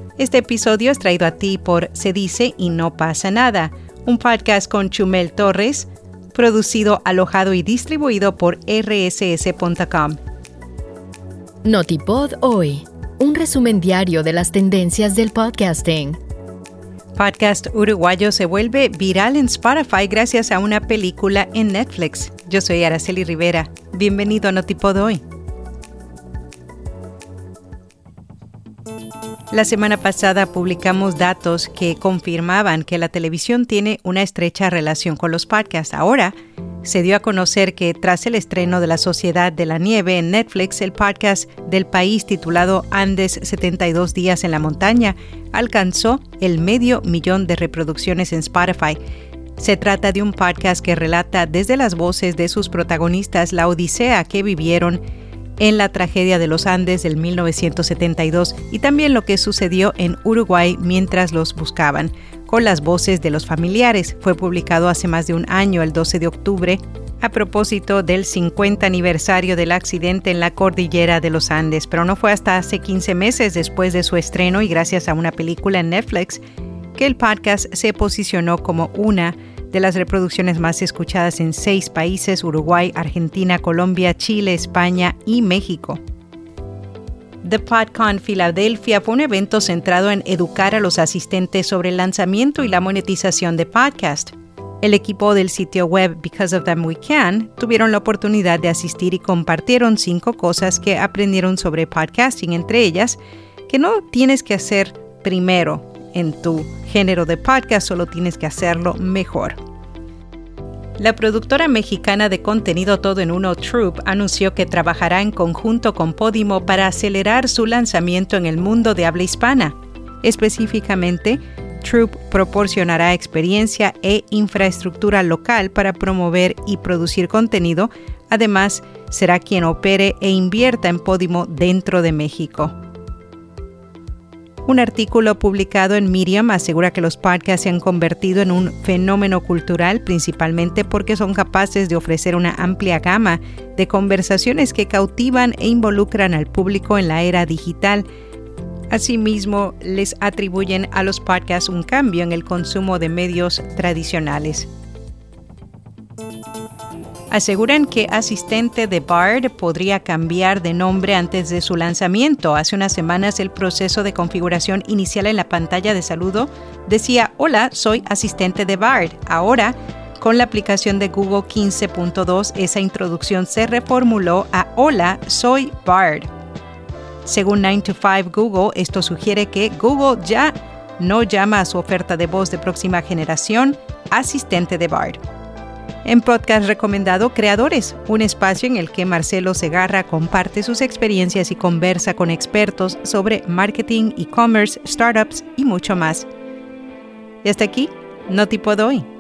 Este episodio es traído a ti por Se Dice y No Pasa Nada, un podcast con Chumel Torres, producido, alojado y distribuido por rss.com. Notipod hoy, un resumen diario de las tendencias del podcasting. Podcast uruguayo se vuelve viral en Spotify gracias a una película en Netflix. Yo soy Araceli Rivera. Bienvenido a Notipod hoy. La semana pasada publicamos datos que confirmaban que la televisión tiene una estrecha relación con los podcasts. Ahora se dio a conocer que tras el estreno de La Sociedad de la Nieve en Netflix, el podcast del país titulado Andes 72 días en la montaña alcanzó el 500,000 de reproducciones en Spotify. Se trata de un podcast que relata desde las voces de sus protagonistas la odisea que vivieron en la tragedia de los Andes del 1972 y también lo que sucedió en Uruguay mientras los buscaban, con las voces de los familiares. Fue publicado hace más de un año, el 12 de octubre, a propósito del 50 aniversario del accidente en la cordillera de los Andes, pero no fue hasta hace 15 meses después de su estreno y gracias a una película en Netflix que el podcast se posicionó como una de las reproducciones más escuchadas en 6 países: Uruguay, Argentina, Colombia, Chile, España y México. The PodCon Filadelfia fue un evento centrado en educar a los asistentes sobre el lanzamiento y la monetización de podcast. El equipo del sitio web Because of Them We Can tuvieron la oportunidad de asistir y compartieron 5 cosas que aprendieron sobre podcasting, entre ellas que no tienes que hacer primero en tu género de podcast, solo tienes que hacerlo mejor. La productora mexicana de contenido Todo en Uno, Troop, anunció que trabajará en conjunto con Podimo para acelerar su lanzamiento en el mundo de habla hispana. Específicamente, Troop proporcionará experiencia e infraestructura local para promover y producir contenido. Además, será quien opere e invierta en Podimo dentro de México. Un artículo publicado en Medium asegura que los podcasts se han convertido en un fenómeno cultural, principalmente porque son capaces de ofrecer una amplia gama de conversaciones que cautivan e involucran al público en la era digital. Asimismo, les atribuyen a los podcasts un cambio en el consumo de medios tradicionales. Aseguran que Asistente de Bard podría cambiar de nombre antes de su lanzamiento. Hace unas semanas el proceso de configuración inicial en la pantalla de saludo decía: "Hola, soy Asistente de Bard". Ahora, con la aplicación de Google 15.2, esa introducción se reformuló a "Hola, soy Bard". Según 9to5 Google, esto sugiere que Google ya no llama a su oferta de voz de próxima generación Asistente de Bard. En Podcast Recomendado Creadores, un espacio en el que Marcelo Segarra comparte sus experiencias y conversa con expertos sobre marketing, e-commerce, startups y mucho más. Y hasta aquí, Notipod hoy.